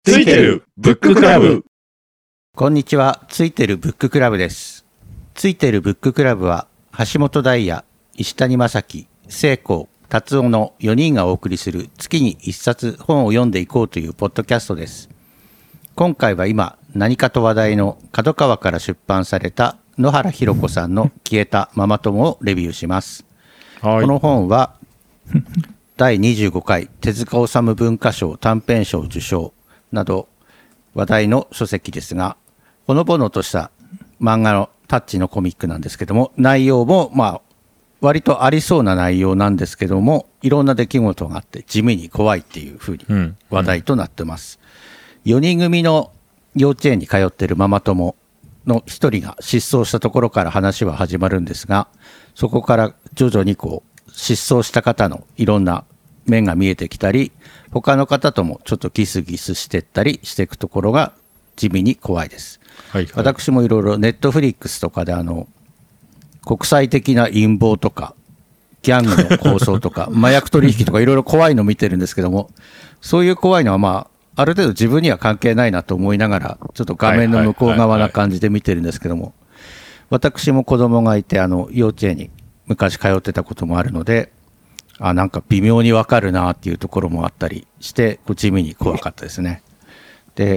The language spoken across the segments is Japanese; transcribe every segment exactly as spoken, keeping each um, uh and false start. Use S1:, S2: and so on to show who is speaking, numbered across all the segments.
S1: ついてるブッククラブ。
S2: こんにちは、ついてるブッククラブです。ついてるブッククラブは橋本大也、石谷正樹、聖光、達夫のよにんがお送りする月にいっさつ本を読んでいこうというポッドキャストです。今回は今何かと話題の角川から出版された野原ひろ子さんの消えたママ友をレビューします。はい、この本はだいにじゅうごかい手塚治虫文化賞短編賞受賞など話題の書籍ですが、ほのぼのとした漫画のタッチのコミックなんですけども、内容もまあ割とありそうな内容なんですけども、いろんな出来事があって地味に怖いっていうふうに話題となってます。うんうん、よにん組の幼稚園に通っているママ友の一人が失踪したところから話は始まるんですが、そこから徐々にこう失踪した方のいろんな面が見えてきたり、他の方ともちょっとギスギスしてったりしていくところが地味に怖いです。はいはい、私もいろいろネットフリックスとかであの国際的な陰謀とかギャングの抗争とか麻薬取引とかいろいろ怖いの見てるんですけども、そういう怖いのはまあある程度自分には関係ないなと思いながらちょっと画面の向こう側な感じで見てるんですけども、私も子供がいてあの幼稚園に昔通ってたこともあるので、あなんか微妙に分かるなっていうところもあったりして地味に怖かったですね。で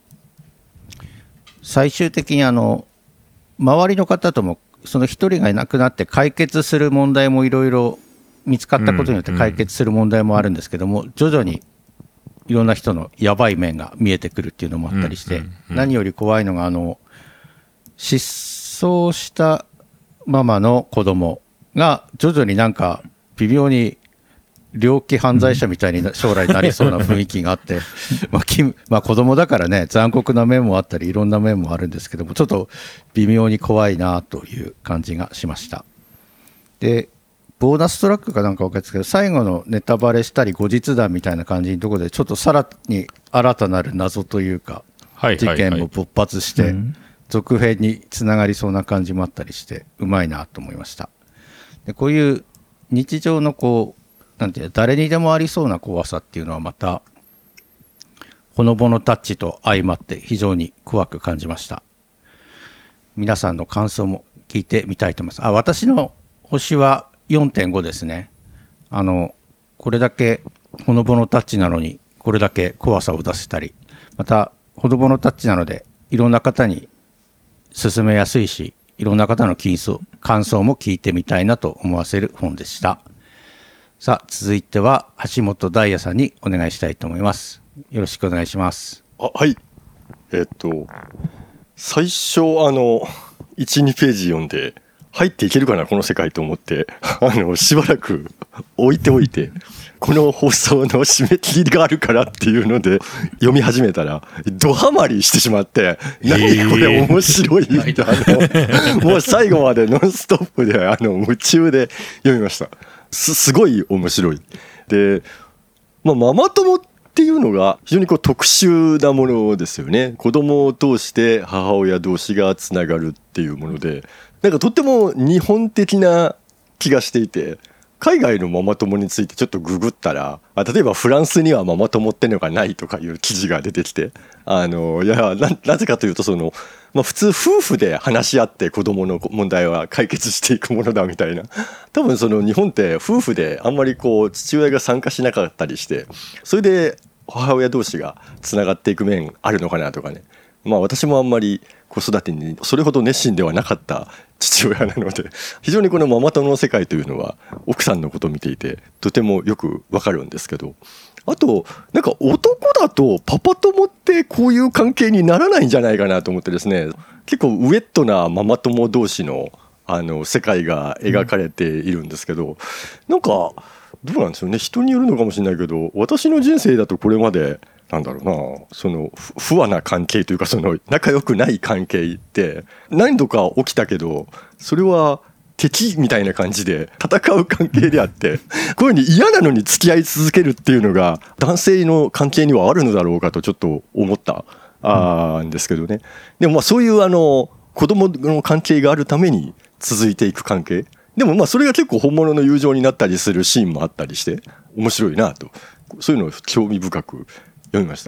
S2: 最終的にあの周りの方ともその一人がいなくなって解決する問題もいろいろ見つかったことによって解決する問題もあるんですけども、徐々にいろんな人のやばい面が見えてくるっていうのもあったりして、何より怖いのがあの失踪したママの子供が徐々になんか微妙に猟奇犯罪者みたいに将来なりそうな雰囲気があってまあ、まあ子供だからね残酷な面もあったりいろんな面もあるんですけども、ちょっと微妙に怖いなという感じがしました。でボーナストラックかなんか分かるんですけど、最後のネタバレしたり後日談みたいな感じのところでちょっとさらに新たなる謎というか事件も勃発して続編につながりそうな感じもあったりしてうまいなと思いました。でこういう日常のこうなんていう誰にでもありそうな怖さっていうのはまたほのぼのタッチと相まって非常に怖く感じました。皆さんの感想も聞いてみたいと思います。あ、私の星は よんてんご ですね。あのこれだけほのぼのタッチなのにこれだけ怖さを出せたり、またほのぼのタッチなのでいろんな方に勧めやすいし、いろんな方の感想も聞いてみたいなと思わせる本でした。さあ続いては橋本大也さんにお願いしたいと思います。よろしくお願いします。
S3: あはいえっと最初あの いち,に ページ読んで入っていけるかなこの世界と思ってあのしばらく置いておいてこの放送の締め切りがあるからっていうので読み始めたらドハマりしてしまって、何これ面白いってあのもう最後までノンストップであの夢中で読みました。す, すごい面白い。で、まあ、ママ友っていうのが非常にこう特殊なものですよね。子供を通して母親同士がつながるっていうもので、なんかとっても日本的な気がしていて、海外のママ友についてちょっとググったら、あ例えばフランスにはママ友ってのがないとかいう記事が出てきて、あのいや な, なぜかというとその、まあ、普通夫婦で話し合って子供の問題は解決していくものだみたいな、多分その日本って夫婦であんまりこう父親が参加しなかったりして、それで母親同士がつながっていく面あるのかなとかね。まあ私もあんまり子育てにそれほど熱心ではなかった父親なので、非常にこのママ友の世界というのは奥さんのことを見ていてとてもよくわかるんですけど、あとなんか男だとパパ友ってこういう関係にならないんじゃないかなと思ってですね、結構ウエットなママ友同士のあの世界が描かれているんですけど、なんかどうなんでしょうね、人によるのかもしれないけど、私の人生だとこれまでなんだろうな、その不和な関係というか、その仲良くない関係って何度か起きたけど、それは敵みたいな感じで戦う関係であって、こういうふうに嫌なのに付き合い続けるっていうのが男性の関係にはあるのだろうかとちょっと思ったあんですけどね。でもまあそういうあの子供の関係があるために続いていく関係でもまあそれが結構本物の友情になったりするシーンもあったりして面白いなと、そういうのを興味深く読みました。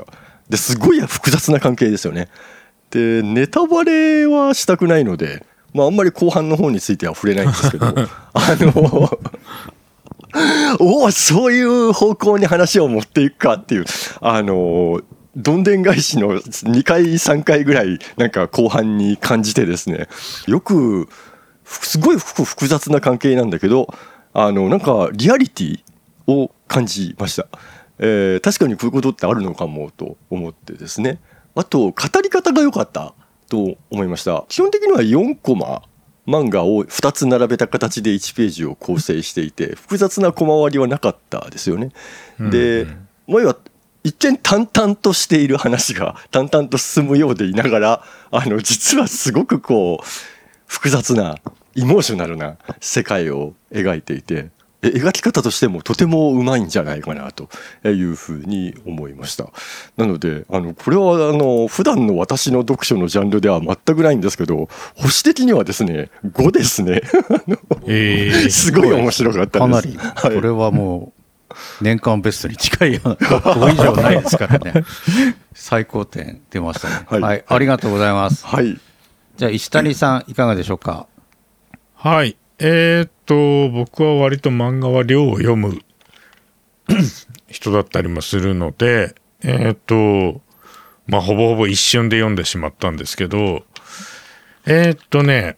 S3: ですごい複雑な関係ですよね。でネタバレはしたくないので、まあ、あんまり後半の方については触れないんですけどあのおおそういう方向に話を持っていくかっていう、あのどんでん返しのにかいさんかいぐらいなんか後半に感じてですね、よくすごい複雑な関係なんだけど、あのなんかリアリティを感じました。えー、確かにこういうことってあるのかもと思ってですね。あと語り方が良かったと思いました。基本的にはよんコマ漫画をふたつ並べた形でいちページを構成していて、複雑なコマ割りはなかったですよね。で、前は一見淡々としている話が淡々と進むようでいながら、あの実はすごくこう複雑なエモーショナルな世界を描いていて、描き方としてもとてもうまいんじゃないかなというふうに思いました。なのであのこれはあの普段の私の読書のジャンルでは全くないんですけど、星的にはですねごですねえー、すごい面白かったです。
S2: かなり、はい、これはもう年間ベストに近いようなご以上ないですからね最高点出ましたね、はいはい、ありがとうございます、はい、じゃあ石谷さんいかがでしょうか。
S4: はい、えー、っと僕は割と漫画は量を読む人だったりもするので、えー、っとまあほぼほぼ一瞬で読んでしまったんですけど、えー、っとね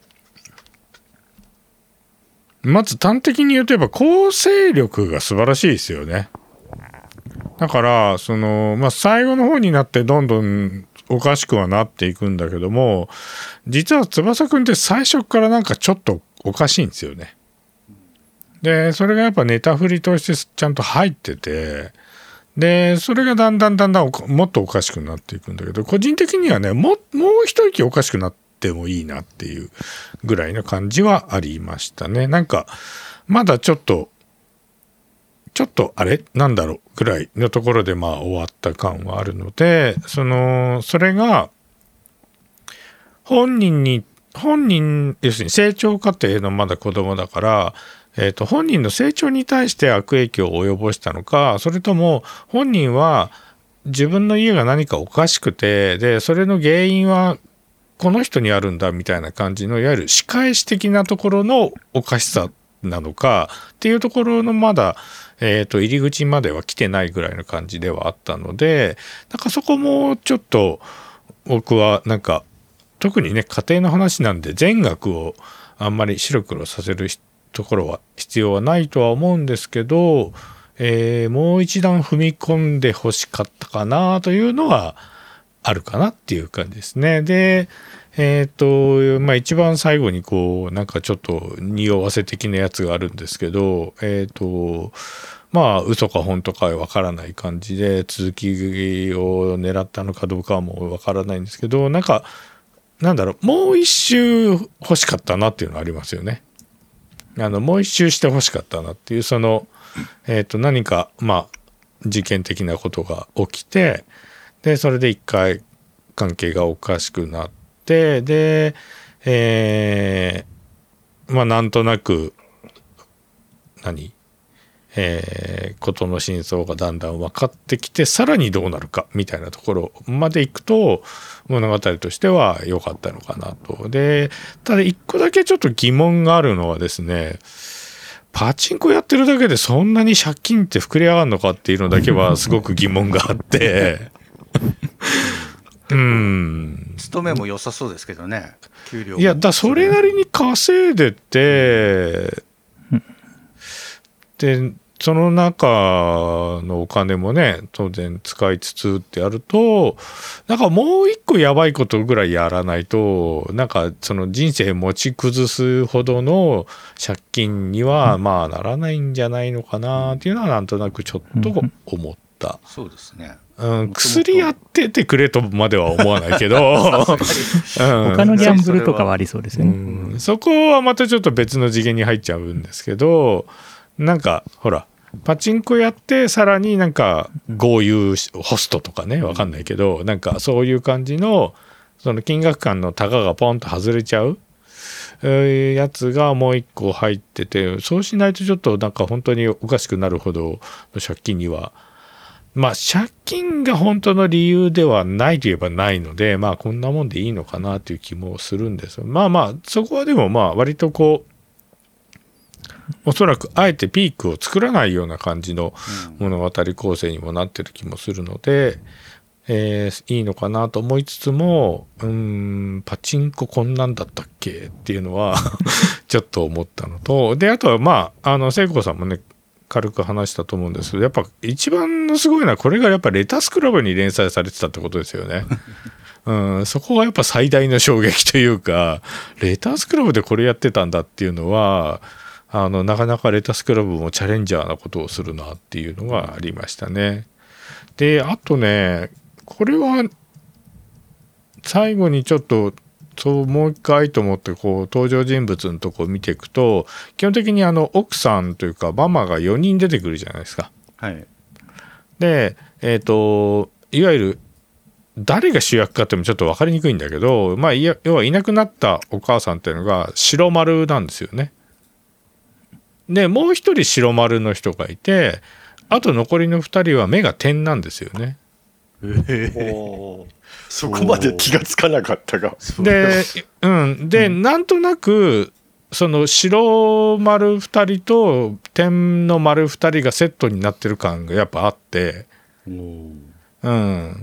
S4: まず端的に言うとやっぱ構成力が素晴らしいですよね。だからその、まあ、最後の方になってどんどんおかしくはなっていくんだけども、実は翼くんって最初からなんかちょっとおかしいんですよね。でそれがやっぱネタ振りとしてちゃんと入ってて、でそれがだんだんだんだんもっとおかしくなっていくんだけど、個人的にはねももう一息おかしくなってもいいなっていうぐらいの感じはありましたね。なんかまだちょっとちょっとあれなんだろうぐらいのところでまあ終わった感はあるので、そのそれが本人に本人要するに成長過程のまだ子供だから、えーと、本人の成長に対して悪影響を及ぼしたのか、それとも本人は自分の家が何かおかしくて、でそれの原因はこの人にあるんだみたいな感じのいわゆる仕返し的なところのおかしさなのかっていうところのまだ、えーと、入り口までは来てないぐらいの感じではあったので、なんかそこもちょっと僕はなんか特にね家庭の話なんで全額をあんまり白黒させるところは必要はないとは思うんですけど、えー、もう一段踏み込んでほしかったかなというのはあるかなっていう感じですね。でえっとまあ一番最後にこうなんかちょっと匂わせ的なやつがあるんですけど、えっとまあ嘘か本当かわからない感じで続きを狙ったのかどうかはもうわからないんですけど、なんかなんだろうもう一周欲しかったなっていうのはありますよね。あのもう一周して欲しかったなっていう、そのえっと何かまあ事件的なことが起きて、でそれで一回関係がおかしくなって、で、えー、まあなんとなく何、えー、ことの真相がだんだん分かってきて、さらにどうなるかみたいなところまでいくと物語としては良かったのかなと。でただ一個だけちょっと疑問があるのはですね、パチンコやってるだけでそんなに借金って膨れ上がるのかっていうのだけはすごく疑問があってうーん
S2: 勤めも良さそうですけどね、給料も。
S4: いやだそれなりに稼いでて、でその中のお金もね当然使いつつってやると、なんかもう一個やばいことぐらいやらないと、なんかその人生持ち崩すほどの借金にはまあならないんじゃないのかなっていうのはなんとなくちょっと思った。
S2: そうですね。
S4: うん、薬やっててくれとまでは思わないけど、うん、
S5: 他のギャンブルとかはありそうですよね。
S4: うん、そこはまたちょっと別の次元に入っちゃうんですけど、なんかほらパチンコやってさらになんか豪遊ホストとかねわかんないけど、なんかそういう感じのその金額感のタガがポンと外れちゃうやつがもう一個入ってて、そうしないとちょっとなんか本当におかしくなるほどの借金にはまあ借金が本当の理由ではないといえばないので、まあこんなもんでいいのかなという気もするんです。まあまあそこはでもまあ割とこうおそらくあえてピークを作らないような感じの物語構成にもなってる気もするので、えー、いいのかなと思いつつも、うーんパチンコこんなんだったっけっていうのはちょっと思ったのと、であとはまああの聖子さんもね軽く話したと思うんですけど、やっぱ一番のすごいのはこれがやっぱレタスクラブに連載されてたってことですよね。うん、そこがやっぱ最大の衝撃というか、レタスクラブでこれやってたんだっていうのはあのなかなかレタスクラブもチャレンジャーなことをするなっていうのがありましたね。であとねこれは最後にちょっとそうもう一回と思ってこう登場人物のとこを見ていくと、基本的にあの奥さんというかママがよにん出てくるじゃないですか。
S2: はい、
S4: でえっといわゆる誰が主役かってもちょっと分かりにくいんだけど、まあ要はいなくなったお母さんっていうのが白丸なんですよね。でもう一人白丸の人がいて、あと残りのふたりは目が点なんですよね。
S3: おそこまで気がつかなかったが。
S4: で、うん、で、うん、なんとなくその白丸ふたりと点の丸ふたりがセットになってる感がやっぱあって、うん、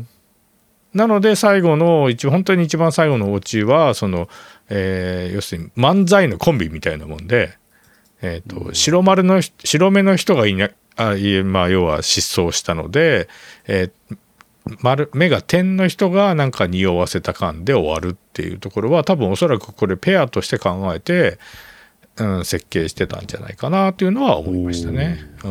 S4: なので最後の一本当に一番最後のオチはその、えー、要するに漫才のコンビみたいなもんで、えーと、白丸の白目の人がいなあいえ、まあ、要は失踪したので、えー丸目が点の人がなんか匂わせた感で終わるっていうところは多分おそらくこれペアとして考えて、うん、設計してたんじゃないかなというのは思いましたね。うん、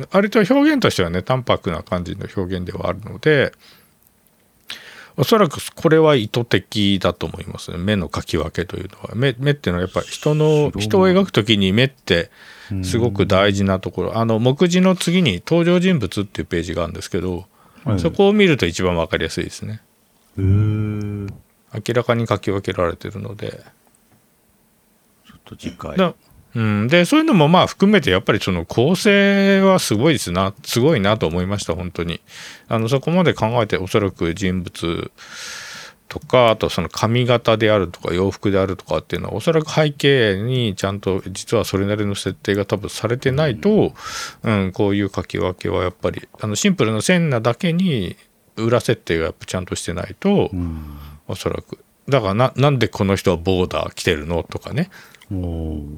S4: 割と表現としてはね淡白な感じの表現ではあるので、おそらくこれは意図的だと思いますね。目の描き分けというのは 目, 目っていうのはやっぱり人の人を描くときに目ってすごく大事なところ。あの目次の次に登場人物っていうページがあるんですけど、そこを見ると一番わかりやすいですね。へー、明らかに書き分けられてるので、
S2: ちょっと次回
S4: だ、うん、でそういうのもまあ含めてやっぱりその構成はすごいですなすごいなと思いました。本当にあのそこまで考えておそらく人物とかあとその髪型であるとか洋服であるとかっていうのはおそらく背景にちゃんと実はそれなりの設定が多分されてないと、うん、こういう書き分けはやっぱりあのシンプルな線なだけに裏設定がやっぱちゃんとしてないと、うん、おそらくだから な, なんでこの人はボーダー着てるのとかね、うん、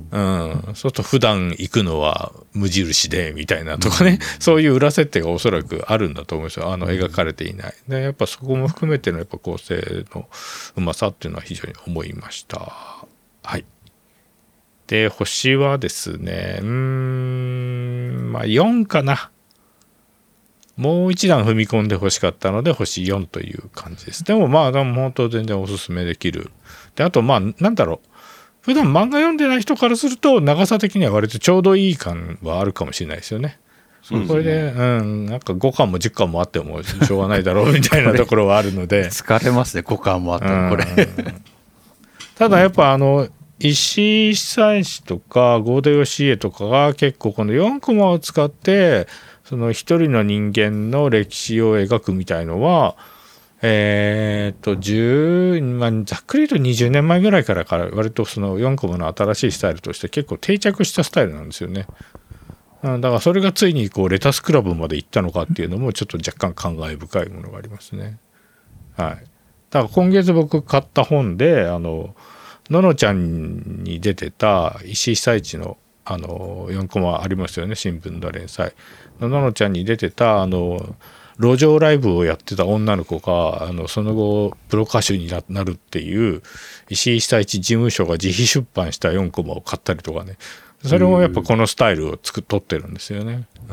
S4: そうすると普段行くのは無印でみたいなとかね、うん、そういう裏設定がおそらくあるんだと思うんですよ。あの描かれていないでやっぱそこも含めてのやっぱ構成のうまさっていうのは非常に思いました。はい。で星はですねうーんまあよんかな。もう一段踏み込んでほしかったので星よんという感じです。でもまあでも本当全然おすすめできる。であとまあなんだろう普段漫画読んでない人からすると長さ的には割とちょうどいい感はあるかもしれないですよね。そうですね。これで、うん、なんかごかんもじゅっかんもあってもしょうがないだろうみたいなところはあるので
S2: 疲れますねごかんもあってもこれ、うん、
S4: ただやっぱあの石井久石とか合田義家とかが結構このよんコマを使ってその一人の人間の歴史を描くみたいのはえー、とじゅう、まあ、ざっくり言うとにじゅうねんまえぐらいからから割とそのよんコマの新しいスタイルとして結構定着したスタイルなんですよね。だからそれがついにこうレタスクラブまで行ったのかっていうのもちょっと若干感慨深いものがありますね。はい。だから今月僕買った本であのののちゃんに出てた石井久一のあのよんコマありますよね新聞の連載のののちゃんに出てたあの路上ライブをやってた女の子があのその後プロ歌手になるっていう石井久一事務所が自費出版したよんコマを買ったりとかねそれもやっぱこのスタイルを作っとってるんですよね。うん、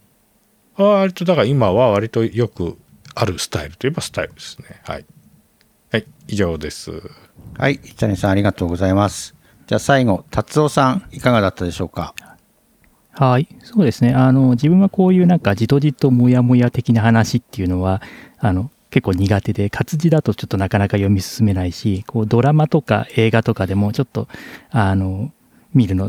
S4: 割とだから今は割とよくあるスタイルといえばスタイルですね。はい、はい、以上です。
S2: はい、伊谷さんありがとうございます。じゃあ最後達夫さんいかがだったでしょうか。
S5: はい、そうですね。あの自分はこういうなんかじとじともやもや的な話っていうのはあの結構苦手で活字だとちょっとなかなか読み進めないしこうドラマとか映画とかでもちょっとあの見るの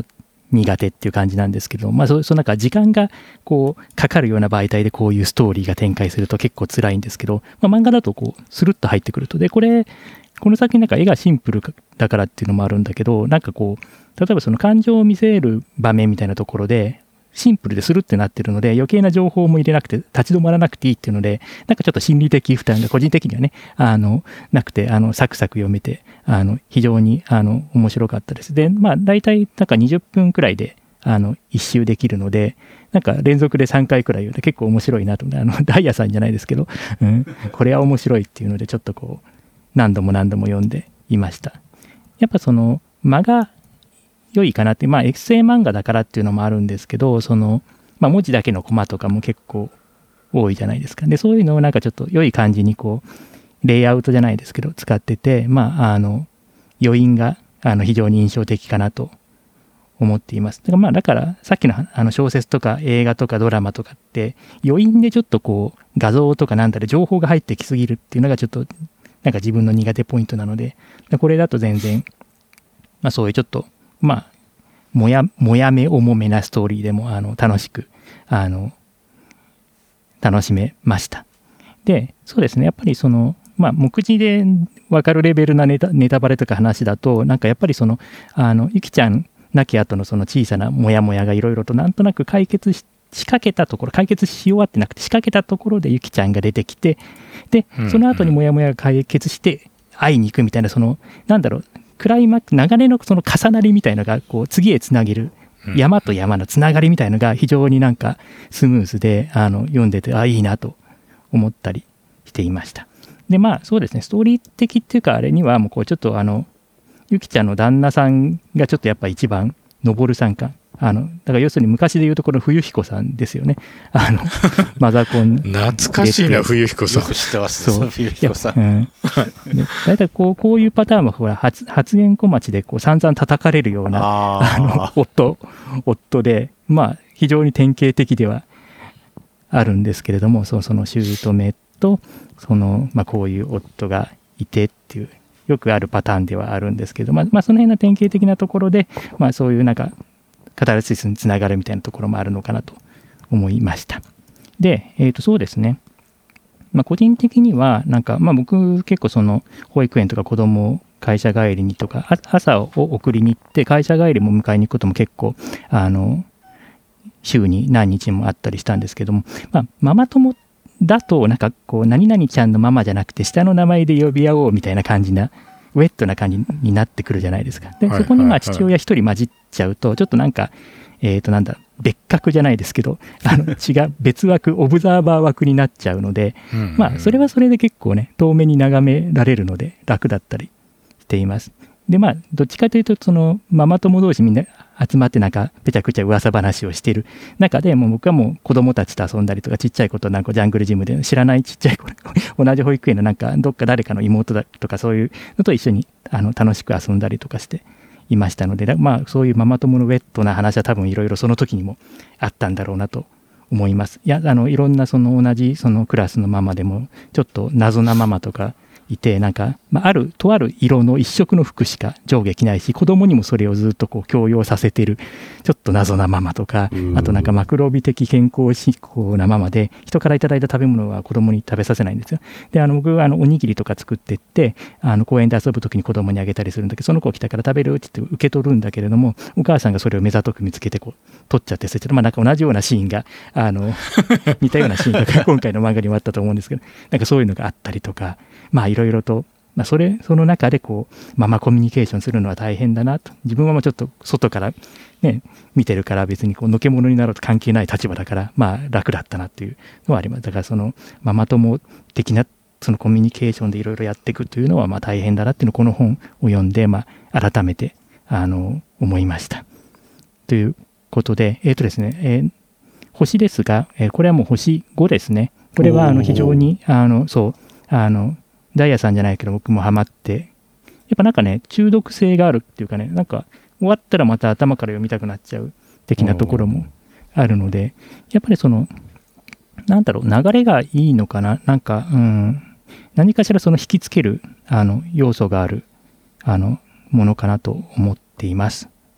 S5: 苦手っていう感じなんですけど、まあそそのなんか時間がこうかかるような媒体でこういうストーリーが展開すると結構辛いんですけど、まあ、漫画だとこうスルッと入ってくると、でこれこの作品なんか絵がシンプルだからっていうのもあるんだけど、なんかこう例えばその感情を見せる場面みたいなところでシンプルでスルッてなってるので、余計な情報も入れなくて立ち止まらなくていいっていうので、なんかちょっと心理的負担が個人的にはねあのなくて、あのサクサク読めて、あの非常にあの面白かったです。でまあ大体なんかにじゅっぷんくらいであの一周できるので、なんか連続でさんかいくらい言うと結構面白いなと、あのダイヤさんじゃないですけど、うん、これは面白いっていうのでちょっとこう何度も何度も読んでいました。やっぱその間が良いかなって、まあエッセイ漫画だからっていうのもあるんですけど、その、まあ、文字だけのコマとかも結構多いじゃないですか。でそういうのをなんかちょっと良い感じにこうレイアウトじゃないですけど使ってて、まああの余韻があの非常に印象的かなと思っています。だからまあだからさっきのあの小説とか映画とかドラマとかって余韻でちょっとこう画像とかなんだで情報が入ってきすぎるっていうのがちょっとなんか自分の苦手ポイントなので、これだと全然、まあ、そういうちょっとまあもやもやめ重めなストーリーでもあの楽しくあの楽しめました。でそうですね、やっぱりそのまあ目次で分かるレベルなネタネタバレとか話だと、なんかやっぱりそのあのゆきちゃん亡き後のその小さなモヤモヤがいろいろとなんとなく解決し仕掛けたところ、解決し終わってなくて仕掛けたところでゆきちゃんが出てきて、でその後にモヤモヤが解決して会いに行くみたいな、そのなんだろうクライマックス流れのその重なりみたいのがこう次へつなげる山と山のつながりみたいのが非常になんかスムーズであの読んでてあいいなと思ったりしていました。でまあそうですね、ストーリー的っていうかあれにはもうこうちょっとあのゆきちゃんの旦那さんがちょっとやっぱ一番上るさんか、あのだから要するに昔でいうとこの冬彦さんですよね。あのマザコン
S4: 懐かしいな冬彦さん。
S2: よく知ってますそう冬彦さん。
S5: うん、だいたいこうこういうパターンもほら 発, 発言小町でこう散々叩かれるようなあの夫夫で、まあ非常に典型的ではあるんですけれども、そのその姑とその、まあ、こういう夫がいてっていうよくあるパターンではあるんですけど、まあ、まあその辺の典型的なところで、まあ、そういうなんかカタルシスにつながるみたいなところもあるのかなと思いました。で、えー、とそうですね、まあ、個人的にはなんか、まあ、僕結構その保育園とか子供を会社帰りにとか朝を送りに行って会社帰りも迎えに行くことも結構あの週に何日もあったりしたんですけども、まあ、ママ友だとなんかこう何々ちゃんのママじゃなくて下の名前で呼び合おうみたいな感じなウェットな感じになってくるじゃないですか。でそこにまあ父親一人混じっちゃうとちょっとなんかえっとなんだ別格じゃないですけどあの違う別枠オブザーバー枠になっちゃうのでまあそれはそれで結構ね遠目に眺められるので楽だったりしています。でまあどっちかというとそのママ友同士みんな集まってなんかぺちゃくちゃ噂話をしている中でもう僕はもう子供たちと遊んだりとかちっちゃい子となんかジャングルジムで知らないちっちゃい子同じ保育園のなんかどっか誰かの妹だとかそういうのと一緒にあの楽しく遊んだりとかしていましたので、まあそういうママ友のウェットな話は多分いろいろその時にもあったんだろうなと思います。いやあのいろんなその同じそのクラスのママでもちょっと謎なママとかいてなんか、まあ、あるとある色の一色の服しか上下着ないし子供にもそれをずっとこう強要させてるちょっと謎なママとか、あとなんかマクロビ的健康志向なママで人からいただいた食べ物は子供に食べさせないんですよ。であの僕はあのおにぎりとか作ってってあの公園で遊ぶ時に子供にあげたりするんだけど、その子来たから食べるって言って受け取るんだけれどもお母さんがそれを目ざとく見つけてこう取っちゃって、それまあなんか同じようなシーンがあの似たようなシーンが今回の漫画にもあったと思うんですけど、なんかそういうのがあったりとか、まあいろいろと、まあ、それその中でこうママコミュニケーションするのは大変だなと、自分はもうちょっと外からね見てるから別にこうのけ者になろうと関係ない立場だからまあ楽だったなっていうのはあります。だからそのママ友的なそのコミュニケーションでいろいろやっていくというのはまあ大変だなっていうのをこの本を読んでまあ改めてあの思いましたということで、えっとですね、えー、星ですが、えー、これはもう星ごですね。これはあの非常にあのそうあのダイヤさんじゃないけど僕もハマって、やっぱなんかね中毒性があるっていうかね、なんか終わったらまた頭から読みたくなっちゃう的なところもあるので、やっぱりそのなんだろう流れがいいのかな、なんかうん何かしらその引きつけるあの要素があるあのものかなと思っています。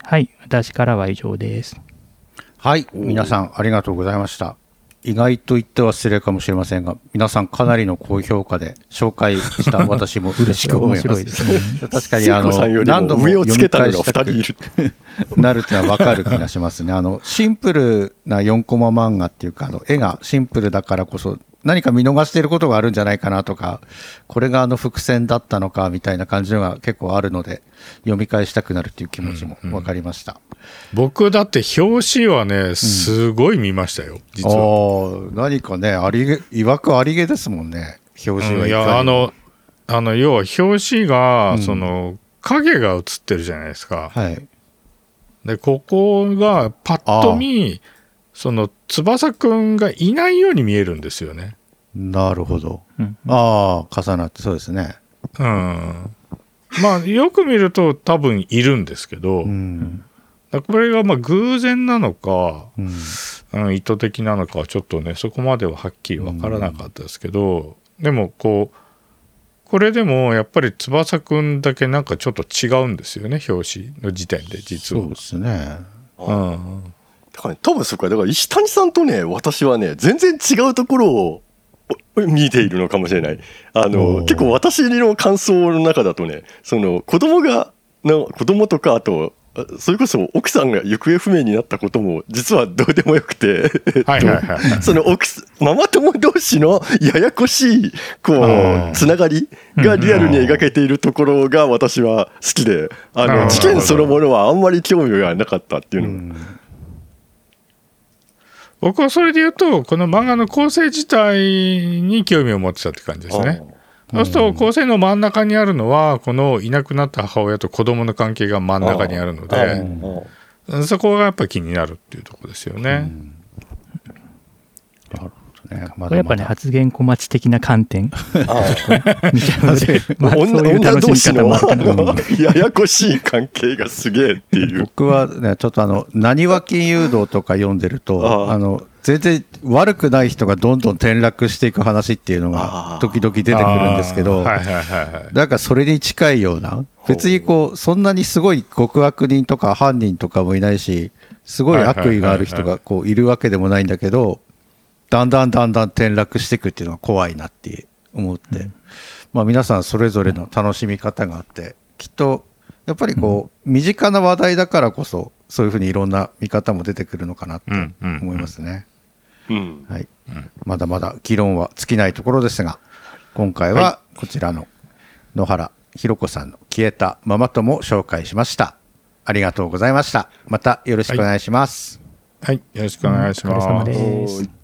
S5: はい、私からは以上です。
S2: はい、皆さんありがとうございました。意外と言っては失礼かもしれませんが、皆さんかなりの高評価で紹介した私も嬉しく思います。面白いですね。確かにあの何度も読み返したくなるっていうのは分かる気がしますね。あのシンプルなよんコマ漫画っていうか、あの絵がシンプルだからこそ何か見逃していることがあるんじゃないかなとか、これがあの伏線だったのかみたいな感じのが結構あるので、読み返したくなるっていう気持ちも分かりました。
S4: うんうん、僕だって表紙はねすごい見ましたよ、うん、実は。
S2: あ何かねありげいわくありげですもんね、表紙は。
S4: うん、いやあのあの要は表紙が、うん、その影が映ってるじゃないですか。
S2: はい、
S4: でここがパッと見その翼くんがいないように見えるんですよね。
S2: なるほど、うん、ああ重なってそうですね。
S4: うん、まあよく見ると多分いるんですけど、うん、これがまあ偶然なのか、うん、意図的なのかはちょっとねそこまでははっきり分からなかったですけど、うん、でもこうこれでもやっぱり翼くんだけなんかちょっと違うんですよね、表紙の時点で実は。
S2: そうですね。
S3: うん、だから、ね、多分そっかだから石谷さんとね私はね全然違うところを見ているのかもしれない。あの結構私の感想の中だとね、その子供がの子供とかあとそれこそ奥さんが行方不明になったことも実はどうでもよくてその奥ママ友同士のややこしいこうつながりがリアルに描けているところが私は好きで、あの事件そのものはあんまり興味がなかったっていうの、うん、
S4: 僕はそれで言うとこの漫画の構成自体に興味を持ってたって感じですね。そうすると構成の真ん中にあるのはこのいなくなった母親と子供の関係が真ん中にあるので、そこがやっぱり気になるっていうところですよね。
S5: なるほどね。まだまだやっぱね発言小町的な観点見ちゃうので、まあ、そういう楽しみ方もあるかな。
S3: ややこしい関係がすげえっていう。
S2: 僕はねちょっとあのなにわ金融道とか読んでるとあの全然悪くない人がどんどん転落していく話っていうのが時々出てくるんですけど、なんかそれに近いような、別にこうそんなにすごい極悪人とか犯人とかもいないしすごい悪意がある人がこういるわけでもないんだけど、だんだんだんだん転落していくっていうのが怖いなって思って、まあ皆さんそれぞれの楽しみ方があって、きっとやっぱりこう身近な話題だからこそそういうふうにいろんな見方も出てくるのかなと思いますね。うんはいうん、まだまだ議論は尽きないところですが、今回はこちらの野原ひろ子さんの消えたママ友を紹介しました。ありがとうございました。またよろしくお願いします。
S4: はい、はい、よろしくお願いします。
S5: お疲れ様です。